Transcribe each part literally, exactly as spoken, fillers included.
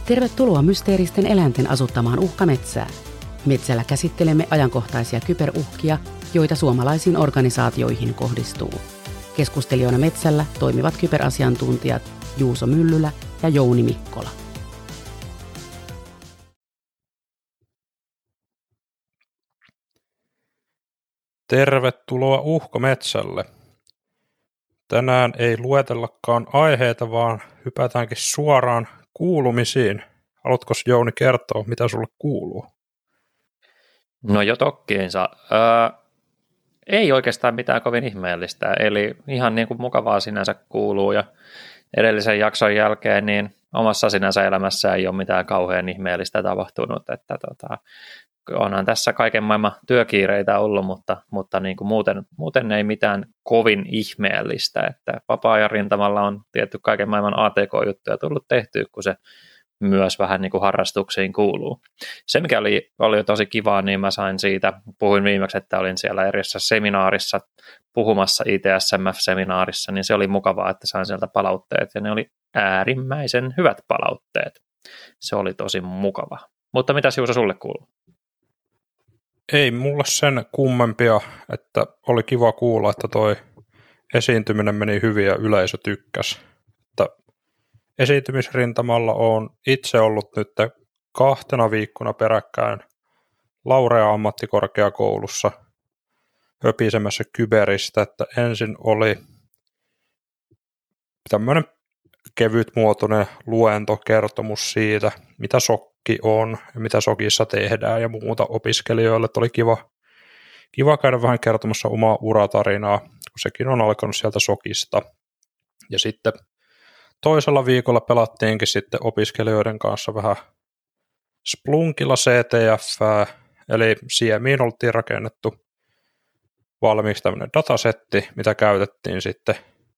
Tervetuloa mysteeristen eläinten asuttamaan uhkametsään. Metsällä käsittelemme ajankohtaisia kyberuhkia, joita suomalaisiin organisaatioihin kohdistuu. Keskustelijoina metsällä toimivat kyberasiantuntijat Juuso Myllylä ja Jouni Mikkola. Tervetuloa uhkametsälle. Tänään ei luetellakaan aiheita, vaan hypätäänkin suoraan kuulumisiin. Haluatko Jouni kertoa, mitä sulle kuuluu? No jo tokkiinsa. Öö, ei oikeastaan mitään kovin ihmeellistä, eli ihan niin kuin mukavaa sinänsä kuuluu, ja edellisen jakson jälkeen niin omassa sinänsä elämässä ei ole mitään kauhean ihmeellistä tapahtunut, että tota, onhan tässä kaiken maailman työkiireitä ollut, mutta, mutta niin kuin muuten, muuten ei mitään kovin ihmeellistä, että vapaa-ajan rintamalla on tietty kaiken maailman A T K-juttuja tullut tehtyä, kun se myös vähän niin kuin harrastuksiin kuuluu. Se, mikä oli, oli tosi kivaa, niin mä sain siitä, puhuin viimeksi, että olin siellä erissä seminaarissa puhumassa I T S M F-seminaarissa, niin se oli mukavaa, että sain sieltä palautteet, ja ne oli äärimmäisen hyvät palautteet. Se oli tosi mukava. Mutta mitäs Juuso sulle kuuluu? Ei mulla sen kummempia, että oli kiva kuulla, että toi esiintyminen meni hyvin ja yleisö tykkäsi. Että esiintymisrintamalla on itse ollut nyt kahtena viikkona peräkkäin Laurea ammattikorkeakoulussa höpisemässä kyberistä, että ensin oli tämmöinen kevytmuotoinen luentokertomus siitä, mitä sokki on ja mitä sokissa tehdään ja muuta opiskelijoille. Että oli kiva, kiva käydä vähän kertomassa omaa uratarinaa, kun sekin on alkanut sieltä sokista. Ja sitten toisella viikolla pelattiinkin sitten opiskelijoiden kanssa vähän Splunkilla C T F, eli Siemiin oltiin rakennettu valmiiksi tämmöinen datasetti, mitä käytettiin sitten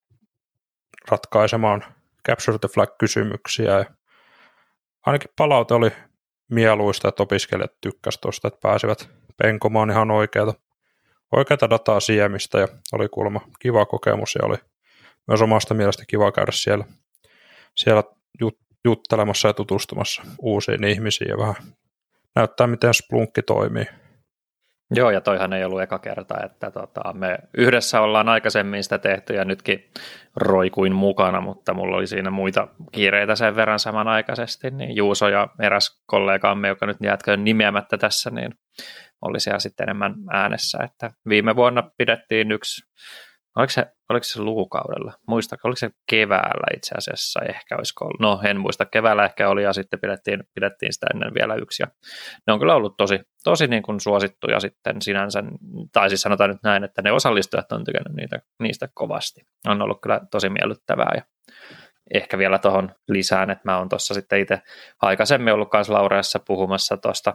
ratkaisemaan Capture the Flag-kysymyksiä. Ja ainakin palaute oli mieluista, että opiskelijat tykkäsivät tuosta, että pääsivät penkomaan ihan oikeata, oikeata dataa Siemistä, ja oli kuulemma kiva kokemus, ja oli myös omasta mielestä kiva käydä siellä, siellä juttelemassa ja tutustumassa uusiin ihmisiin, ja vähän näyttää, miten Splunkki toimii. Joo, ja toihan ei ollut eka kerta, että tota, me yhdessä ollaan aikaisemmin sitä tehty ja nytkin roikuin mukana, mutta mulla oli siinä muita kiireitä sen verran samanaikaisesti, niin Juuso ja eräs kollegaamme, joka nyt jäätköön nimeämättä tässä, niin oli siellä sitten enemmän äänessä, että viime vuonna pidettiin yksi, oliko se, oliko se lukukaudella, muistatko, oliko se keväällä itse asiassa, ehkä olisiko ollut, no en muista, keväällä ehkä oli ja sitten pidettiin, pidettiin sitä ennen vielä yksi, ja ne on kyllä ollut tosi, tosi niin kuin suosittuja sitten sinänsä, tai siis sanotaan nyt näin, että ne osallistujat on tykännyt niitä, niistä kovasti, on ollut kyllä tosi miellyttävää, ja ehkä vielä tuohon lisään, että mä oon tuossa sitten itse aikaisemmin ollut kanssa Laureassa puhumassa tuosta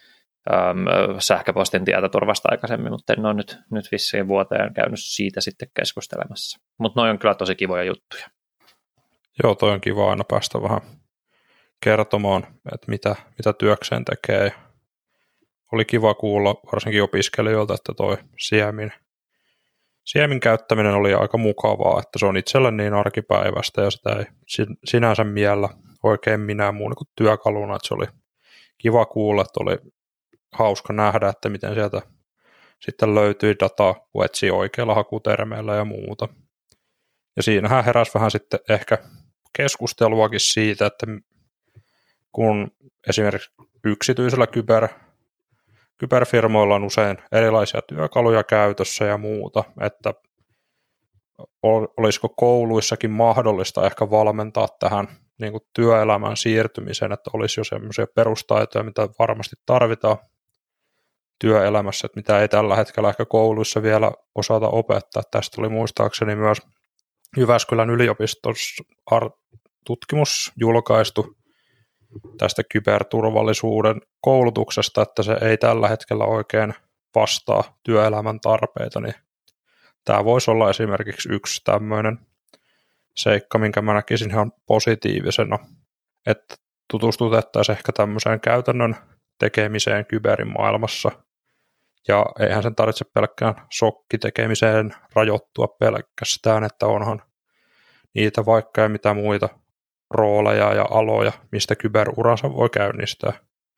sähköpostin tietoturvasta aikaisemmin, mutta en ole nyt, nyt vissiin vuoteen käynyt siitä sitten keskustelemassa. Mutta noi on kyllä tosi kivoja juttuja. Joo, toi on kiva aina päästä vähän kertomaan, että mitä, mitä työkseen tekee. Oli kiva kuulla varsinkin opiskelijoilta, että toi Siemin, Siemin käyttäminen oli aika mukavaa, että se on itselle niin arkipäivästä ja sitä ei sinänsä miellä oikein minä muun kuin työkaluna, että se oli kiva kuulla, että oli hauska nähdä, että miten sieltä sitten löytyi dataa, kun etsii oikealla hakutermeillä ja muuta. Ja siinähän heräsi vähän sitten ehkä keskusteluakin siitä, että kun esimerkiksi yksityisellä kyber, kyberfirmoilla on usein erilaisia työkaluja käytössä ja muuta, että olisiko kouluissakin mahdollista ehkä valmentaa tähän niin kuin työelämän siirtymiseen, että olisi jo semmoisia perustaitoja, mitä varmasti tarvitaan työelämässä, että mitä ei tällä hetkellä ehkä kouluissa vielä osata opettaa. Tästä oli muistaakseni myös Jyväskylän yliopistossa tutkimus julkaistu tästä kyberturvallisuuden koulutuksesta, että se ei tällä hetkellä oikein vastaa työelämän tarpeita, niin tämä voisi olla esimerkiksi yksi tämmöinen seikka, minkä mä näkisin ihan positiivisena, että tutustutettaisiin ehkä tämmöiseen käytännön tekemiseen kyberin maailmassa, ja eihän sen tarvitse pelkkään sokkitekemiseen rajoittua pelkästään, että onhan niitä vaikka ja mitä muita rooleja ja aloja, mistä kyberuransa voi käynnistää.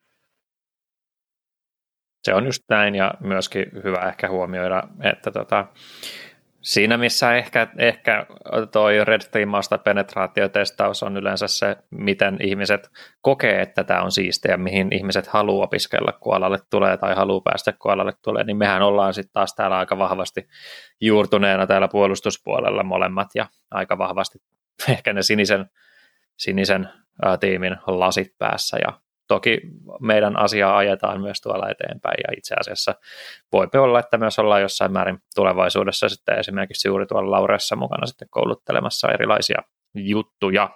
Se on just näin, ja myöskin hyvä ehkä huomioida, että tota, siinä missä ehkä, ehkä toi Red Teamausta penetraatiotestaus on yleensä se, miten ihmiset kokee, että tämä on siistiä, mihin ihmiset haluaa opiskella, kun alalle tulee tai haluaa päästä, kun alalle tulee, niin mehän ollaan sitten taas täällä aika vahvasti juurtuneena täällä puolustuspuolella molemmat, ja aika vahvasti ehkä ne sinisen, sinisen ää, tiimin lasit päässä, ja toki meidän asiaa ajetaan myös tuolla eteenpäin, ja itse asiassa voi olla, että myös ollaan jossain määrin tulevaisuudessa sitten esimerkiksi juuri tuolla Laureassa mukana sitten kouluttelemassa erilaisia juttuja.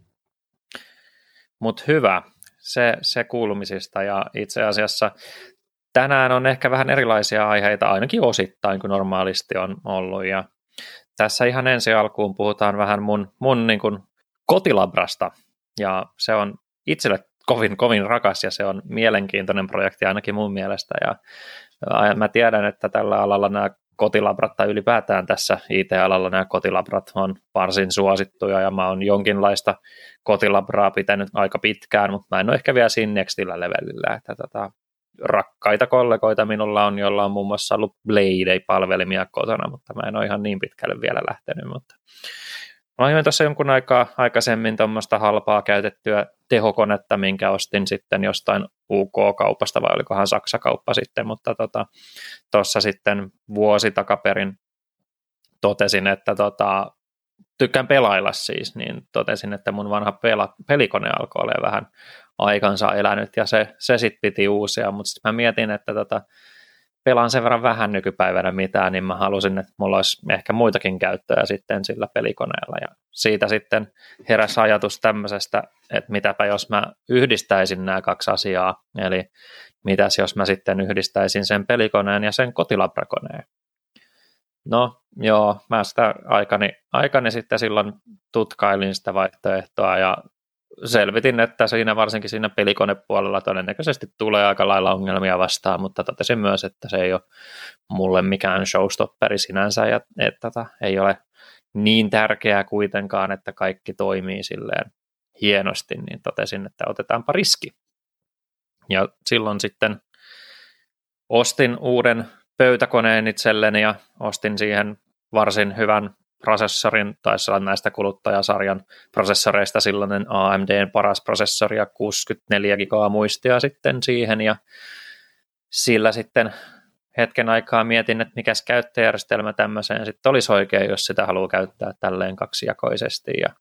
Mutta hyvä, se, se kuulumisista, ja itse asiassa tänään on ehkä vähän erilaisia aiheita, ainakin osittain kuin normaalisti on ollut, ja tässä ihan ensi alkuun puhutaan vähän mun, mun niin kuin kotilabrasta, ja se on itselle kovin, kovin rakas, ja se on mielenkiintoinen projekti ainakin mun mielestä, ja mä tiedän, että tällä alalla nämä kotilabrat tai ylipäätään tässä I T-alalla nämä kotilabrat on varsin suosittuja, ja mä oon jonkinlaista kotilabraa pitänyt aika pitkään, mutta mä en ole ehkä vielä siinä nextillä levelillä, että tota, rakkaita kollegoita minulla on, joilla on muun muassa ollut Blade-palvelimia kotona, mutta mä en ole ihan niin pitkälle vielä lähtenyt, mutta mä ajoin tuossa jonkun aikaa aikaisemmin tuommoista halpaa käytettyä tehokonetta, minkä ostin sitten jostain U K-kaupasta, vai olikohan Saksa-kauppa sitten, mutta tuossa tota, sitten vuosi takaperin totesin, että tota, tykkään pelailla siis, niin totesin, että mun vanha pela, pelikone alkoi olla vähän aikansa elänyt, ja se, se sitten piti uusia, mutta sitten mä mietin, että tota, pelaan sen verran vähän nykypäivänä mitään, niin mä halusin, että mulla olisi ehkä muitakin käyttöjä sitten sillä pelikoneella, ja siitä sitten heräsi ajatus tämmöisestä, että mitäpä jos mä yhdistäisin nämä kaksi asiaa, eli mitäs jos mä sitten yhdistäisin sen pelikoneen ja sen kotilabrakoneen. No joo, mä sitä aikani, aikani sitten silloin tutkailin sitä vaihtoehtoa, ja selvitin, että siinä varsinkin siinä pelikonepuolella todennäköisesti tulee aika lailla ongelmia vastaan, mutta totesin myös, että se ei ole mulle mikään showstopperi sinänsä, ja että että ei ole niin tärkeää kuitenkaan, että kaikki toimii silleen hienosti, niin totesin, että otetaanpa riski. Ja silloin sitten ostin uuden pöytäkoneen itselleni, ja ostin siihen varsin hyvän prosessorin, taisi olla näistä kuluttajasarjan prosessoreista silloinen A M D:n paras prosessori ja kuusikymmentäneljä gigaa muistia sitten siihen, ja sillä sitten hetken aikaa mietin, että mikäs käyttöjärjestelmä tämmöiseen sitten olisi oikein, jos sitä haluaa käyttää tälleen kaksijakoisesti, ja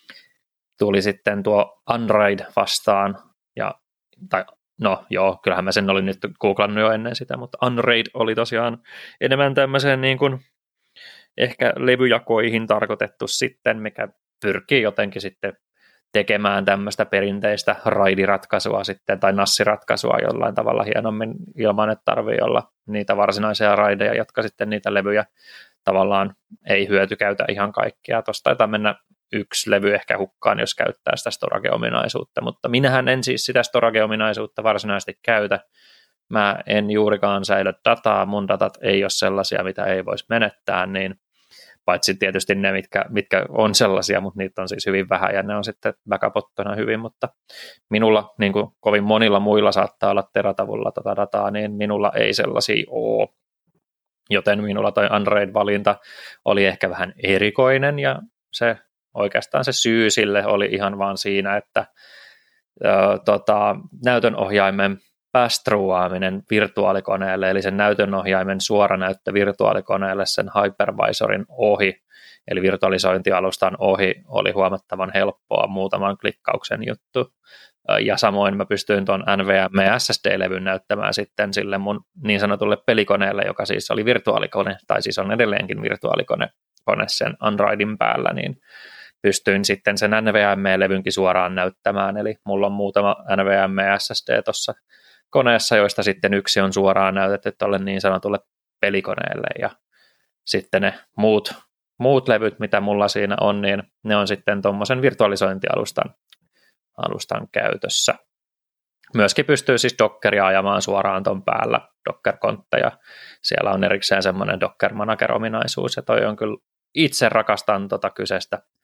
tuli sitten tuo Android vastaan, ja tai no joo, kyllähän mä sen olin nyt googlannut jo ennen sitä, mutta Android oli tosiaan enemmän tämmöiseen niin kuin ehkä levyjakoihin tarkoitettu sitten, mikä pyrkii jotenkin sitten tekemään tämmöistä perinteistä raidiratkaisua sitten, tai nassiratkaisua jollain tavalla hienommin ilman, että tarvii olla niitä varsinaisia raideja, jotka sitten niitä levyjä tavallaan ei hyötykäytä ihan kaikkea. Tuosta taitaa mennä yksi levy ehkä hukkaan, jos käyttää sitä storage-ominaisuutta, mutta minähän en siis sitä storage-ominaisuutta varsinaisesti käytä. Mä en juurikaan säilö dataa, mun datat ei ole sellaisia, mitä ei voisi menettää, niin paitsi tietysti ne, mitkä, mitkä on sellaisia, mutta niitä on siis hyvin vähän, ja ne on sitten backupottuna hyvin, mutta minulla, niin kuin kovin monilla muilla saattaa olla teratavulla tota dataa, niin minulla ei sellaisia ole, joten minulla toi Android-valinta oli ehkä vähän erikoinen, ja se oikeastaan se syy sille oli ihan vaan siinä, että ö, tota, näytönohjaimen pass-throughaaminen virtuaalikoneelle, eli sen näytönohjaimen suoranäyttö virtuaalikoneelle sen hypervisorin ohi, eli virtualisointialustan ohi, oli huomattavan helppoa, muutaman klikkauksen juttu. Ja samoin mä pystyin tuon N V M E S S D-levyn näyttämään sitten sille mun niin sanotulle pelikoneelle, joka siis oli virtuaalikone, tai siis on edelleenkin virtuaalikone kone sen Androidin päällä, niin pystyin sitten sen N V M E-levynkin suoraan näyttämään, eli mulla on muutama N V M E S S D tuossa koneessa, joista sitten yksi on suoraan näytetty tuolle niin sanotulle pelikoneelle, ja sitten ne muut, muut levyt, mitä mulla siinä on, niin ne on sitten tuommoisen virtualisointialustan alustan käytössä. Myöskin pystyy siis Dockeria ajamaan suoraan tuon päällä, Docker-kontteja. Siellä on erikseen semmoinen Docker Manager-ominaisuus, ja toi on kyllä, itse rakastan tota kyseistä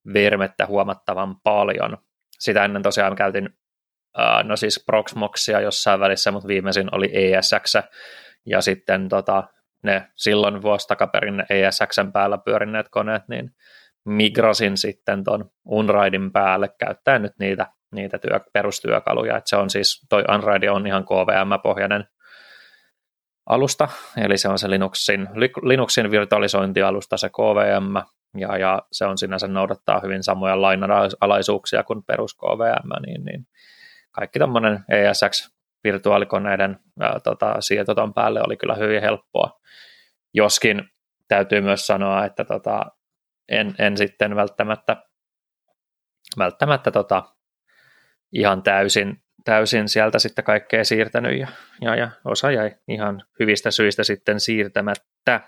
virmettä huomattavan paljon. Sitä ennen tosiaan käytin uh, no siis Proxmoxia jossain välissä, mutta viimeisin oli E S X, ja sitten tota, ne silloin vuosi takaperin ne E S X:n päällä pyörineet koneet, niin migrasin sitten ton Unraidin päälle käyttäen nyt niitä, niitä työ, perustyökaluja. Et se on siis, toi Unraid on ihan K V M-pohjainen alusta, eli se on se Linuxin, Linuxin virtualisointialusta, se K V M, ja, ja se on sinänsä noudattaa hyvin samoja lainalaisuuksia kuin perus K V M, niin, niin kaikki tommonen E S X-virtuaalikoneiden ää, tota, siirtoton päälle oli kyllä hyvin helppoa. Joskin täytyy myös sanoa, että tota, en, en sitten välttämättä, välttämättä tota, ihan täysin, täysin sieltä sitten kaikkea siirtänyt, ja, ja, ja osa jäi ihan hyvistä syistä sitten siirtämättä.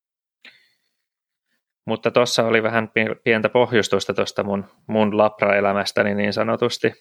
Mutta tuossa oli vähän pientä pohjustusta tuosta mun, mun Labra-elämästäni niin sanotusti.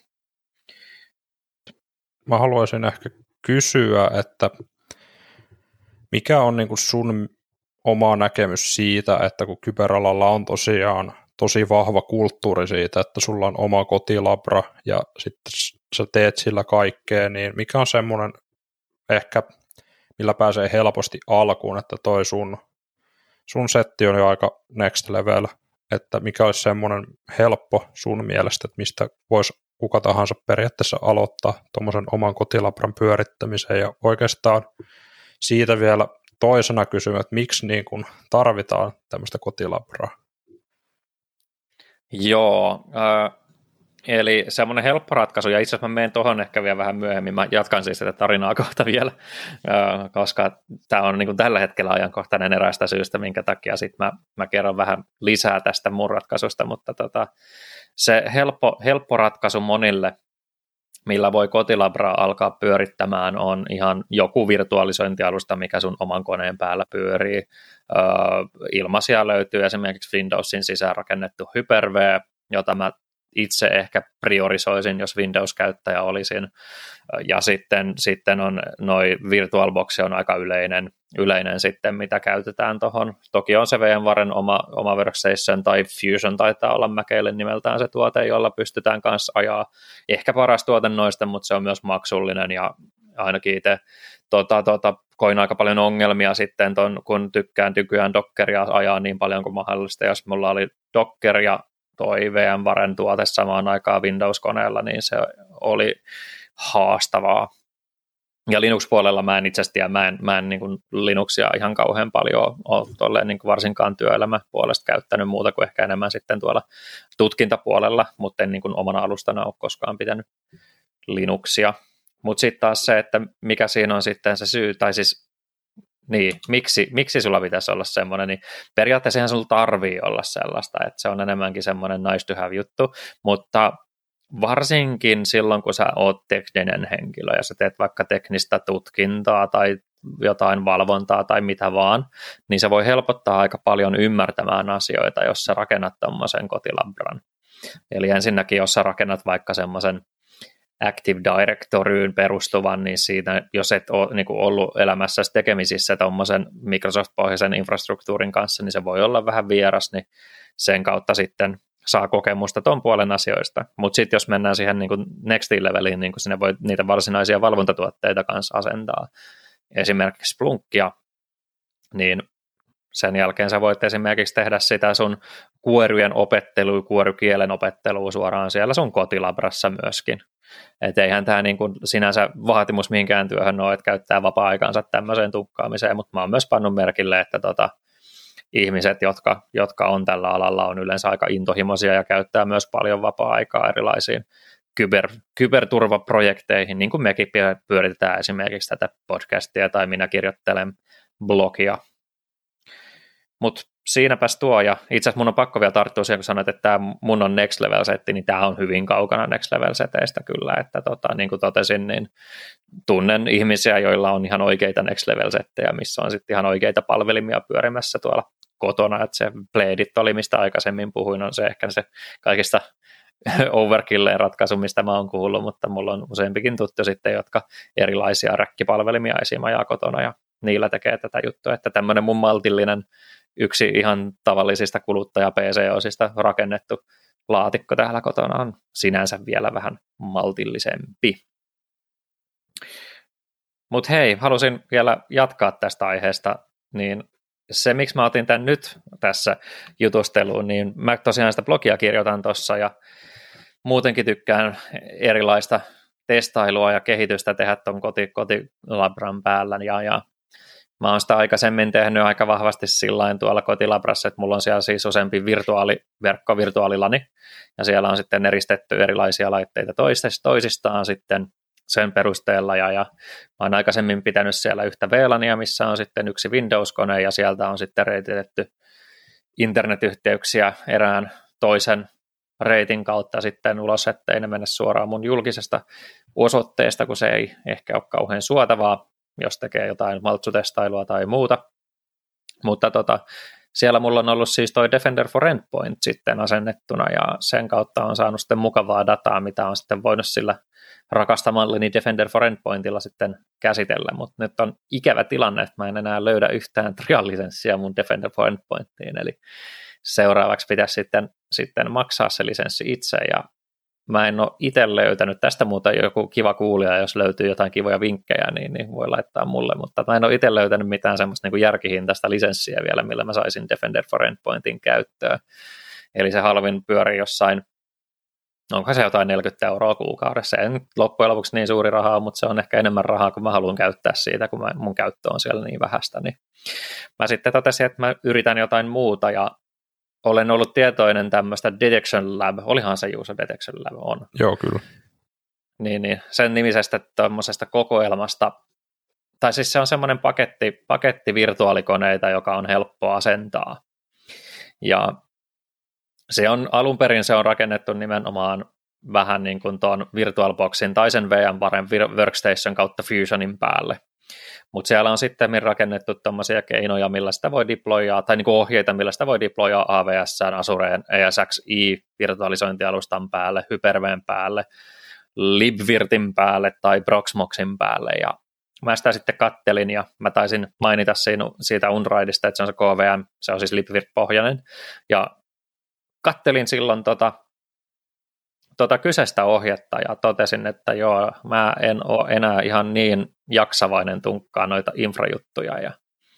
Mä haluaisin ehkä kysyä, että mikä on niin kuin sun oma näkemys siitä, että kun kyberalalla on tosiaan tosi vahva kulttuuri siitä, että sulla on oma kotilabra ja sitten sä teet sillä kaikkea, niin mikä on semmoinen ehkä, millä pääsee helposti alkuun, että toi sun, sun setti on jo aika next level, että mikä olisi semmoinen helppo sun mielestä, että mistä voisi kuka tahansa periaatteessa aloittaa tuommoisen oman kotilabran pyörittämisen, ja oikeastaan siitä vielä toisena kysymys, että miksi niin kun tarvitaan tämmöistä kotilabraa? Joo, äh, eli semmoinen helppo ratkaisu, ja itse asiassa mä menen tuohon ehkä vielä vähän myöhemmin, mä jatkan siis tätä tarinaa kohta vielä, äh, koska tämä on niin kuin tällä hetkellä ajankohtainen erästä syystä, minkä takia sit mä, mä kerron vähän lisää tästä mun ratkaisusta, mutta tota, se helppo, helppo ratkaisu monille, millä voi kotilabraa alkaa pyörittämään, on ihan joku virtualisointialusta, mikä sun oman koneen päällä pyörii. Öö, ilmaisia löytyy esimerkiksi Windowsin sisään rakennettu Hyper-V, jota mä itse ehkä priorisoisin, jos Windows-käyttäjä olisin. Ja sitten, sitten on noi VirtualBox on aika yleinen, yleinen sitten, mitä käytetään tuohon. Toki on se VMwaren oma, oma Workstation tai Fusion taitaa olla Mäkeille nimeltään se tuote, jolla pystytään kanssa ajaa. Ehkä paras tuote noista, mutta se on myös maksullinen, ja ainakin itse tota, tota, koin aika paljon ongelmia sitten, ton, kun tykkään tykyään Dockeria ajaa niin paljon kuin mahdollista. Jos mulla oli Docker ja toi VMwaren tuote samaan aikaan Windows-koneella, niin se oli haastavaa. Ja Linux-puolella mä en itse asiassa tiedä, mä en, mä en niin kuin Linuxia ihan kauhean paljon ole tolleen, niin kuin varsinkaan työelämäpuolesta käyttänyt muuta kuin ehkä enemmän sitten tuolla tutkintapuolella, mutta en niin kuin omana alustana ole koskaan pitänyt Linuxia. Mutta sitten taas se, että mikä siinä on sitten se syy, tai siis niin, miksi, miksi sulla pitäisi olla semmoinen, niin periaatteessa ihan sulla tarvii olla sellaista, että se on enemmänkin semmoinen nice to have juttu, mutta varsinkin silloin, kun sä oot tekninen henkilö ja sä teet vaikka teknistä tutkintaa tai jotain valvontaa tai mitä vaan, niin se voi helpottaa aika paljon ymmärtämään asioita, jos sä rakennat tommosen kotilabran. Eli ensinnäkin, jos sä rakennat vaikka semmoisen Active Directoryyn perustuvan, niin siitä, jos et ole niin kuin ollut elämässä tekemisissä tuommoisen Microsoft-pohjaisen infrastruktuurin kanssa, niin se voi olla vähän vieras, niin sen kautta sitten saa kokemusta tuon puolen asioista. Mutta sitten jos mennään siihen niin kuin next leveliin, niin kuin sinne voi niitä varsinaisia valvontatuotteita kanssa asentaa, esimerkiksi Splunkia, niin sen jälkeen sä voit esimerkiksi tehdä sitä sun queryjen opettelua, query-kielen opettelua suoraan siellä sun kotilabrassa myöskin. Että eihän tämä niin kuin sinänsä vaatimus mihinkään työhön ole, että käyttää vapaa-aikansa tämmöiseen tukkaamiseen, mutta mä oon myös pannut merkille, että tota, ihmiset, jotka, jotka on tällä alalla, on yleensä aika intohimoisia ja käyttää myös paljon vapaa-aikaa erilaisiin kyber, kyberturvaprojekteihin, niin kuin mekin pyöritetään esimerkiksi tätä podcastia tai minä kirjoittelen blogia. Mutta siinäpäs tuo, ja itse asiassa mun on pakko vielä tarttua siihen, kun sanoit, että tämä mun on next level setti, niin tämä on hyvin kaukana next level seteistä kyllä, että tota, niin kuin totesin, niin tunnen ihmisiä, joilla on ihan oikeita next level settejä, missä on sitten ihan oikeita palvelimia pyörimässä tuolla kotona, että se Bladeit oli, mistä aikaisemmin puhuin, on se ehkä se kaikista overkilleen ratkaisu, mistä mä oon kuullut, mutta mulla on useampikin tuttu sitten, jotka erilaisia räkkipalvelimia esim. Ajaa kotona, ja niillä tekee tätä juttua, että tämmöinen mun maltillinen yksi ihan tavallisista kuluttaja-P C-osista rakennettu laatikko täällä kotona on sinänsä vielä vähän maltillisempi. Mutta hei, halusin vielä jatkaa tästä aiheesta, niin se, miksi mä otin tämän nyt tässä jutusteluun, niin mä tosiaan sitä blogia kirjoitan tuossa ja muutenkin tykkään erilaista testailua ja kehitystä tehdä tuon koti, kotilabran päällä ja, ja mä oon sitä aikaisemmin tehnyt aika vahvasti sillain tuolla kotilabrassa, että mulla on siellä siis useampi virtuaaliverkko, virtuaalilani ja siellä on sitten eristetty erilaisia laitteita toisistaan sitten sen perusteella, ja, ja mä oon aikaisemmin pitänyt siellä yhtä V LANia, missä on sitten yksi Windows-kone, ja sieltä on sitten reititetty internetyhteyksiä erään toisen reitin kautta sitten ulos, ettei ne mene suoraan mun julkisesta osoitteesta, kun se ei ehkä ole kauhean suotavaa, jos tekee jotain maltsutestailua tai muuta. Mutta tota, siellä mulla on ollut siis toi Defender for Endpoint sitten asennettuna, ja sen kautta on saanut sitten mukavaa dataa, mitä on sitten voinut sillä rakastamalleni Defender for Endpointilla sitten käsitellä, mutta nyt on ikävä tilanne, että mä en enää löydä yhtään trial-lisenssiä mun Defender for Endpointiin, eli seuraavaksi pitäisi sitten, sitten maksaa se lisenssi itse, ja mä en ole itse löytänyt, tästä muuta joku kiva kuulija, jos löytyy jotain kivoja vinkkejä, niin, niin voi laittaa mulle, mutta mä en ole itse löytänyt mitään semmoista niin kuin järkihintaista lisenssiä vielä, millä mä saisin Defender for Endpointin käyttöön, eli se halvin pyörii jossain, onko se jotain neljäkymmentä euroa kuukaudessa, ei nyt loppujen lopuksi niin suuri rahaa, mutta se on ehkä enemmän rahaa, kun mä haluan käyttää siitä, kun mä, mun käyttö on siellä niin vähäistä, niin mä sitten totesin, että mä yritän jotain muuta, ja olen ollut tietoinen tämmöistä Detection Lab, olihan se Juuso Detection Lab on. Joo, kyllä. Niin, niin sen nimisestä tuommoisesta kokoelmasta, tai siis se on semmoinen paketti, paketti virtuaalikoneita, joka on helppo asentaa, ja se on, alun perin se on rakennettu nimenomaan vähän niin kuin tuon VirtualBoxin tai sen V M-varen Workstation kautta Fusionin päälle. Mutta siellä on sitten rakennettu tämmöisiä keinoja, millä sitä voi deployaa, tai niin kuin ohjeita, millä sitä voi deployaa A W S:ään, Azureen, E S X I-virtualisointialustan päälle, Hyper-V:n päälle, LibVirtin päälle tai Proxmoxin päälle. Ja mä sitä sitten kattelin, ja mä taisin mainita siinä, siitä Unraidista, että se on se K V M, se on siis LibVirt-pohjainen, ja kattelin silloin tota, tota kyseistä ohjetta ja totesin, että joo, mä en ole enää ihan niin jaksavainen tunkkaa noita infrajuttuja, ja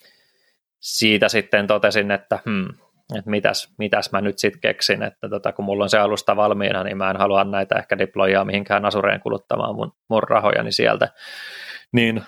siitä sitten totesin, että hmm, että mitäs, mitäs mä nyt sitten keksin, että tota, kun mulla on se alusta valmiina, niin mä en halua näitä ehkä deployaa mihinkään Azureen kuluttamaan mun, mun rahojani sieltä, niin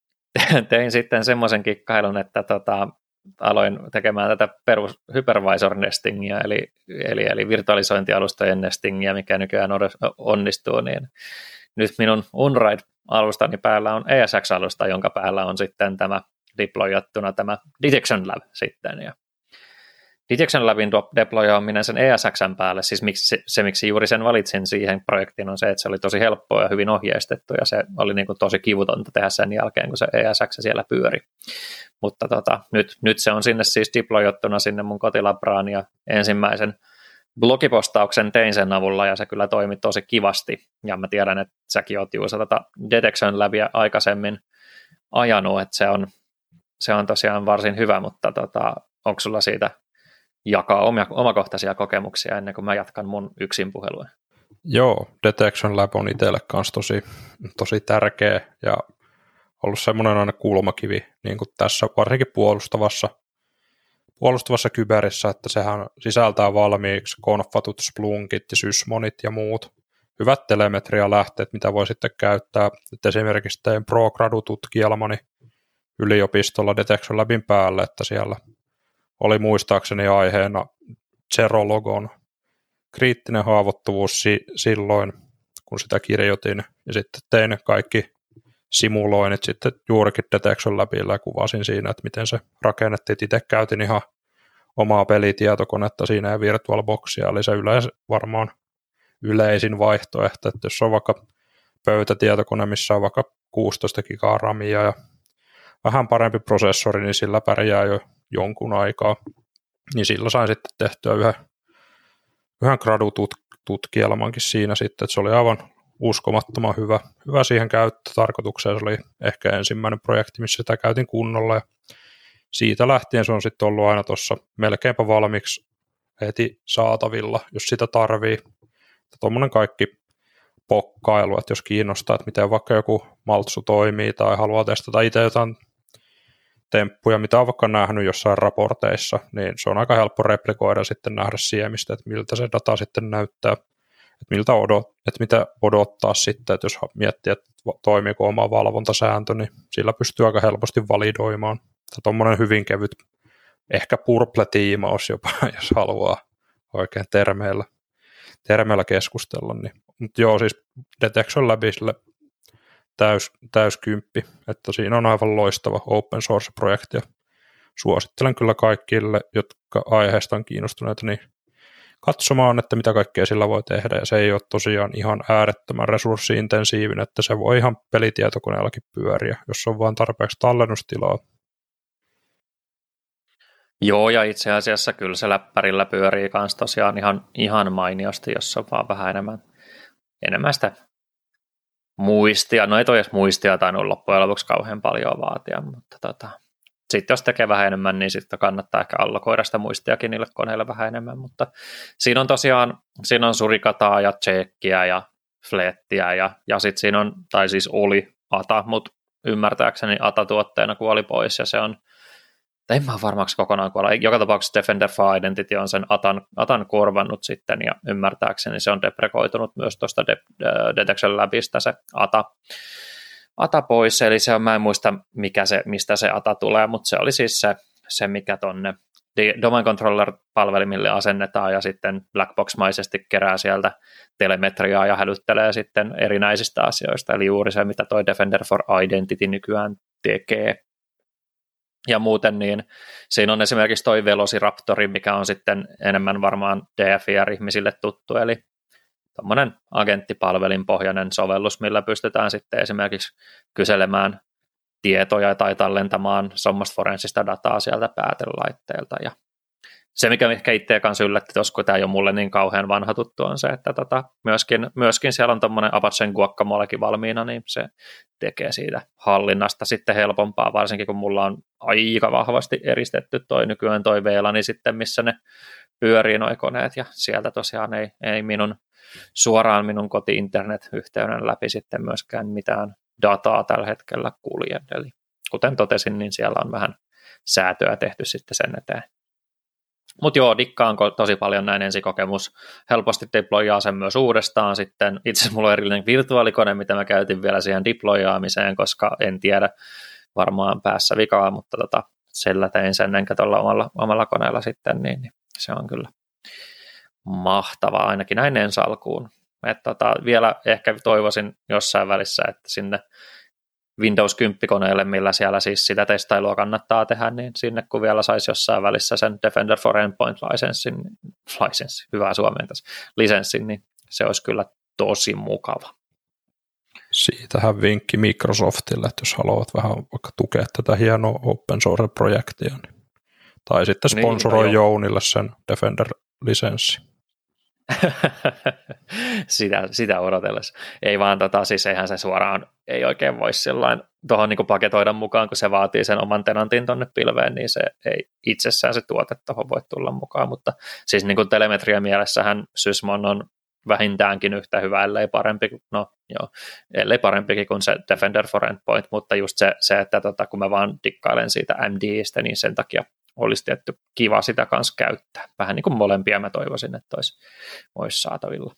tein sitten semmoisen kikkailun, että tota, aloin tekemään tätä perus hypervisor nestingiä, eli, eli, eli virtualisointialustojen nestingiä, mikä nykyään onnistuu, niin nyt minun Unraid-alustani päällä on E S X-alusta, jonka päällä on sitten tämä deployattuna tämä Detection Lab sitten, ja Detection Labin deployaaminen sen E S X:n päälle, siis miksi, se, se, miksi juuri sen valitsin siihen projektiin, on se, että se oli tosi helppoa ja hyvin ohjeistettu, ja se oli niin kuin tosi kivutonta tehdä sen jälkeen, kun se E S X siellä pyöri. Mutta tota, nyt, nyt se on sinne siis deployattuna sinne mun kotilabraan, ja ensimmäisen blogipostauksen tein sen avulla, ja se kyllä toimi tosi kivasti, ja mä tiedän, että säkin oot Juuso tota Detection Labia aikaisemmin ajanut, että se on, se on tosiaan varsin hyvä, mutta tota, onko sulla siitä jakaa omia, omakohtaisia kokemuksia ennen kuin mä jatkan mun yksin puhelua? Joo, Detection Lab on itselle kanssa tosi, tosi tärkeä ja ollut semmoinen aina kulmakivi niin kuin tässä varsinkin puolustavassa, puolustavassa kyberissä, että sehän sisältää valmiiksi konfatut, splunkit ja sysmonit ja muut hyvät telemetrialähteet, mitä voi sitten käyttää. Et esimerkiksi tein ProGradu-tutkielmani yliopistolla Detection Labin päälle, että siellä oli muistaakseni aiheena Zerologon kriittinen haavoittuvuus si- silloin, kun sitä kirjoitin, ja sitten tein kaikki simuloinnit sitten juurikin Detection Labilla ja kuvasin siinä, että miten se rakennettiin. Itse käytin ihan omaa pelitietokonetta siinä ja VirtualBoxia, eli se yleis, varmaan yleisin vaihtoehto, että jos on vaikka pöytätietokone, missä on vaikka kuusitoista gigaa ramia ja vähän parempi prosessori, niin sillä pärjää jo jonkun aikaa, niin sillä sain sitten tehtyä yhden, yhden Gradu-tutkielmankin siinä sitten, että se oli aivan uskomattoman hyvä, hyvä siihen käyttötarkoitukseen, se oli ehkä ensimmäinen projekti, missä sitä käytin kunnolla, ja siitä lähtien se on sitten ollut aina tuossa melkeinpä valmiiksi heti saatavilla, jos sitä tarvii. Tuommoinen kaikki pokkailu, että jos kiinnostaa, että miten vaikka joku maltsu toimii tai haluaa testata itse jotain temppuja, mitä on vaikka nähnyt jossain raporteissa, niin se on aika helppo replikoida sitten nähdä siemistä, että miltä se data sitten näyttää, että, miltä odot, että mitä odottaa sitten, että jos miettii, että toimiiko oma valvontasääntö, niin sillä pystyy aika helposti validoimaan. Tuommoinen hyvin kevyt, ehkä purple-tiimaus jopa, jos haluaa oikein termeillä, termeillä keskustella. Niin. Mutta joo, siis Detection Labsille täys, täyskymppi, että siinä on aivan loistava open source-projekti ja suosittelen kyllä kaikille, jotka aiheesta on kiinnostuneita, niin katsomaan, että mitä kaikkea sillä voi tehdä, ja se ei ole tosiaan ihan äärettömän resurssi-intensiivinen, että se voi ihan pelitietokoneellakin pyöriä, jos on vain tarpeeksi tallennustilaa. Joo, ja itse asiassa kyllä se läppärillä pyörii kanssa tosiaan ihan, ihan mainiosti, jos on vaan vähän enemmän, enemmän sitä muistia. No ei toi edes muistia tainnut loppujen lopuksi kauhean paljon vaatia, mutta tota, sitten jos tekee vähän enemmän, niin sitten kannattaa ehkä allokoida sitä muistiakin niille koneille vähän enemmän, mutta siinä on tosiaan, siinä on surikataa ja tsekkiä ja flettiä ja, ja sitten siinä on, tai siis oli ata, mutta ymmärtääkseni ata-tuotteena kuoli pois ja se on, en mä ole varmaksi kokonaan kuolla. Joka tapauksessa Defender for Identity on sen atan, atan korvannut sitten, ja ymmärtääkseni se on deprekoitunut myös tuosta De- Detection Labista se ata, ata pois, eli se on, mä en muista mikä se, mistä se ata tulee, mutta se oli siis se, se mikä tonne Domain Controller-palvelimille asennetaan, ja sitten Blackbox-maisesti kerää sieltä telemetriaa ja hälyttelee sitten erinäisistä asioista, eli juuri se, mitä toi Defender for Identity nykyään tekee. Ja muuten niin siinä on esimerkiksi toi Velociraptori, mikä on sitten enemmän varmaan D F I R-ihmisille tuttu, eli tommoinen agenttipalvelin pohjainen sovellus, millä pystytään sitten esimerkiksi kyselemään tietoja tai tallentamaan sommasta forensista dataa sieltä päätelaitteelta. Ja se, mikä ehkä itseä kanssa yllätti tuossa, kun tämä ei ole mulle niin kauhean vanha tuttu, on se, että tota, myöskin, myöskin siellä on tommoinen Apachen Guacamolekin valmiina, niin se tekee siitä hallinnasta sitten helpompaa, varsinkin kun mulla on aika vahvasti eristetty toi nykyään toi V L A N, niin sitten missä ne pyörii noi koneet, ja sieltä tosiaan ei, ei minun suoraan minun koti-internet-yhteyden läpi sitten myöskään mitään dataa tällä hetkellä kulje. Eli kuten totesin, niin siellä on vähän säätöä tehty sitten sen eteen. Mutta joo, dikkaan tosi paljon näin ensikokemus. Helposti deployaa sen myös uudestaan sitten. Itse asiassa mulla on erillinen virtuaalikone, mitä mä käytin vielä siihen deployaamiseen, koska en tiedä varmaan päässä vikaa, mutta tota, sillä tein sen enkä tuolla omalla, omalla koneella sitten, niin, niin se on kyllä mahtavaa ainakin näin ensi alkuun. Et tota, vielä ehkä toivoisin jossain välissä, että sinne Windows kymmenen-koneelle, millä siellä siis sitä testailua kannattaa tehdä, niin sinne kun vielä saisi jossain välissä sen Defender for Endpoint lisenssin, lisenssi, hyvää suomeen tässä, lisenssin, niin se olisi kyllä tosi mukava. Siitähän vinkki Microsoftille, että jos haluat vähän vaikka tukea tätä hienoa open source-projektia, niin. Tai sitten sponsoroi niin, no Jounille sen Defender-lisenssi. sitä, sitä odotellessa. Ei vaan, tota, siis eihän se suoraan, ei oikein voi sillain tuohon niin paketoida mukaan, kun se vaatii sen oman tenantin tonne pilveen, niin se ei itsessään se tuote tuohon voi tulla mukaan, mutta siis niin kuin telemetria mielessähän Sysmon on vähintäänkin yhtä hyvä, ellei parempi, no joo, ellei parempikin kuin se Defender for Endpoint, mutta just se, se että tota, kun mä vaan dikkailen siitä M D:stä, niin sen takia olisi tietty kiva sitä kanssa käyttää. Vähän niin kuin molempia mä toivoisin, että olisi, olisi saatavilla.